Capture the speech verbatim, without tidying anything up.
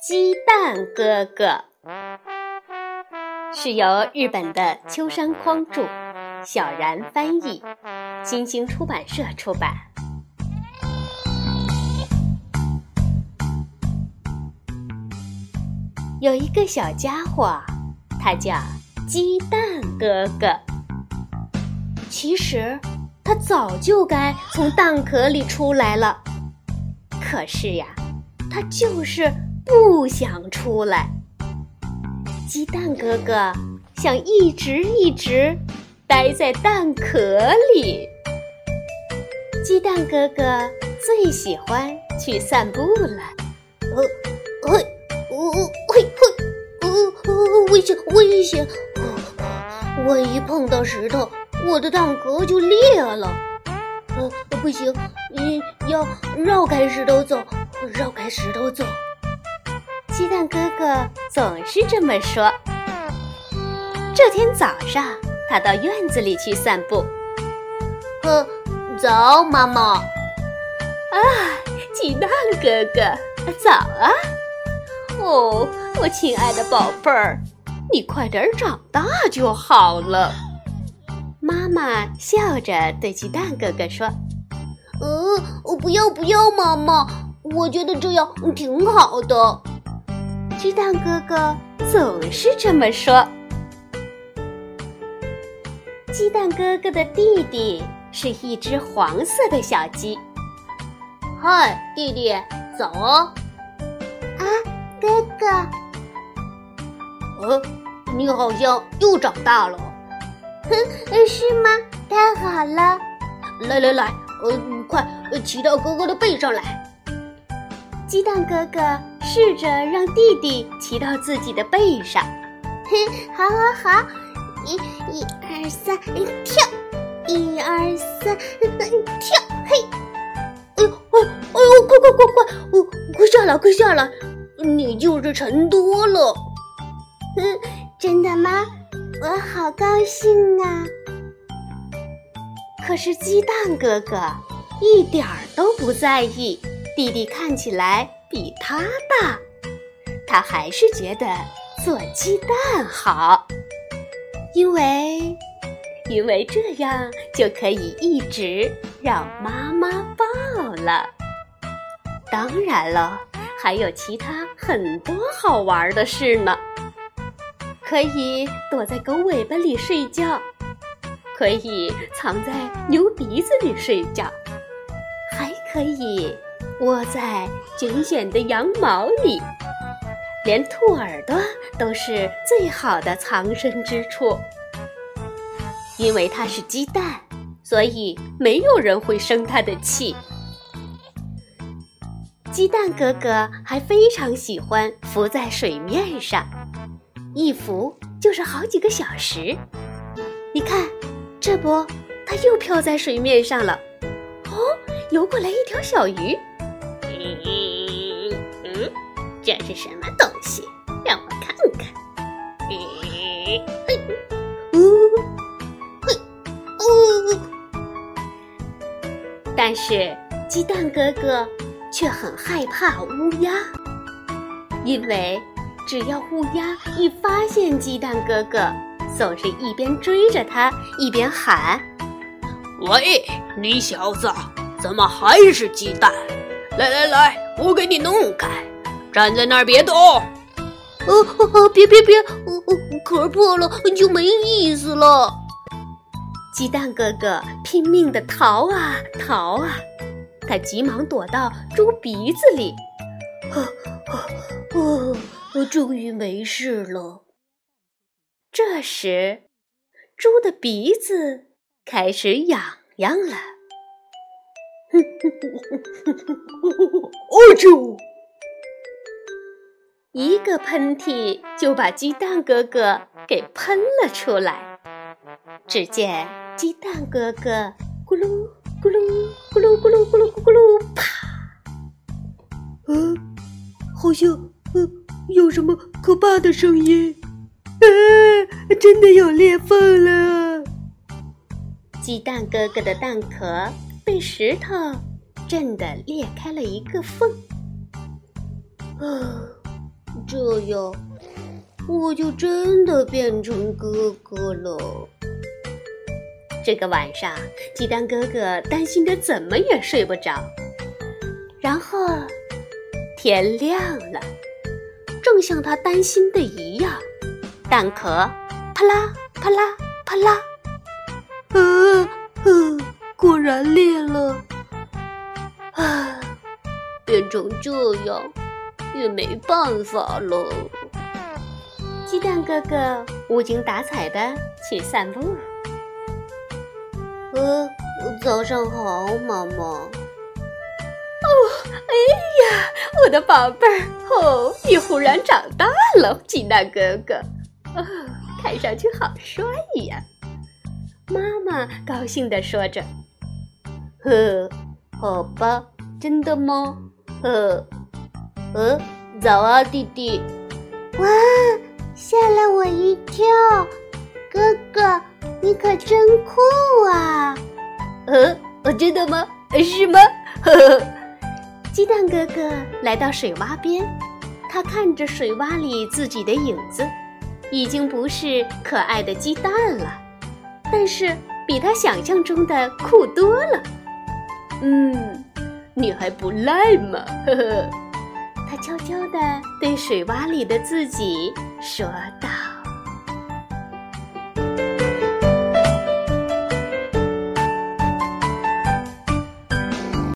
鸡蛋哥哥是由日本的秋山匡著，小然翻译，新兴出版社出版。有一个小家伙，他叫鸡蛋哥哥。其实他早就该从蛋壳里出来了，可是呀，他就是不想出来。鸡蛋哥哥想一直一直待在蛋壳里。鸡蛋哥哥最喜欢去散步了。呃，嘿，哦，嘿嘿，哦哦，危险危险！哦，万一碰到石头，我的蛋壳就裂了。呃，不行，你要绕开石头走，绕开石头走。鸡蛋哥哥总是这么说。这天早上，他到院子里去散步。呃，早，妈妈。啊，鸡蛋哥哥，早啊！哦，我亲爱的宝贝儿，你快点长大就好了。妈妈笑着对鸡蛋哥哥说：“呃，不要不要，妈妈，我觉得这样挺好的。”鸡蛋哥哥总是这么说。鸡蛋哥哥的弟弟是一只黄色的小鸡。嗨，弟弟，早啊！啊，哥哥。呃，你好像又长大了。哼，是吗？太好了！来来来，呃，快骑到哥哥的背上来。鸡蛋哥哥试着让弟弟骑到自己的背上。哼，好好好，一、一二三，跳！一二三，跳！嘿！哎呦，哎哎呦，快快快快，哦，快下来，快下来！你就是沉多了。嗯，真的吗？我好高兴啊！可是鸡蛋哥哥一点儿都不在意弟弟看起来比他大，他还是觉得做鸡蛋好，因为因为这样就可以一直让妈妈抱了。当然了，还有其他很多好玩的事呢。可以躲在狗尾巴里睡觉，可以藏在牛鼻子里睡觉，还可以窝在卷卷的羊毛里，连兔耳朵都是最好的藏身之处。因为它是鸡蛋，所以没有人会生它的气。鸡蛋哥哥还非常喜欢浮在水面上，一浮就是好几个小时。你看，这不，它又飘在水面上了。哦，游过来一条小鱼。嗯嗯，这是什么东西？让我看看。嗯，嘿，呜，嘿，呜。但是鸡蛋哥哥却很害怕乌鸦，因为只要乌鸦一发现鸡蛋哥哥，总是一边追着他一边喊：“ 喂，你小子，怎么还是鸡蛋？来来来，我给你弄开，站在那儿别动。” 呃呃，别别别，呃呃，壳破了就没意思了。鸡蛋哥哥拼命地逃啊逃啊，他急忙躲到猪鼻子里。呵呵哦，我终于没事了。这时，猪的鼻子开始痒痒了。 哦啾！ 一个喷嚏就把鸡蛋哥哥给喷了出来。只见鸡蛋哥哥咕噜咕噜咕噜咕噜咕噜咕噜啪！ 嗯，好像呃有什么可怕的声音。啊，真的有裂缝了！ 鸡蛋哥哥的蛋壳被石头震得裂开了一个缝。 啊， 这样我就真的变成哥哥了。 这个晚上，鸡蛋哥哥担心得怎么也睡不着。然后天亮了，正像他担心的一样，蛋壳啪啦啪啦啪啦， 啊啊！果然裂了。 啊，变成这样也没办法了。 鸡蛋哥哥无精打采地去散步。 呃，早上好，妈妈。 哦，哎呀，我的宝贝儿，哦，你忽然长大了，鸡蛋哥哥，哦，看上去好帅呀！妈妈高兴地说着。 呵，好吧，真的吗？呵，呃，早啊，弟弟。 哇，吓了我一跳，哥哥，你可真酷啊！ 呃，真的吗？是吗？呵呵。 鸡蛋哥哥来到水洼边，他看着水洼里自己的影子，已经不是可爱的鸡蛋了，但是比他想象中的酷多了。 嗯，你还不赖嘛，呵呵。 他悄悄地对水洼里的自己说道。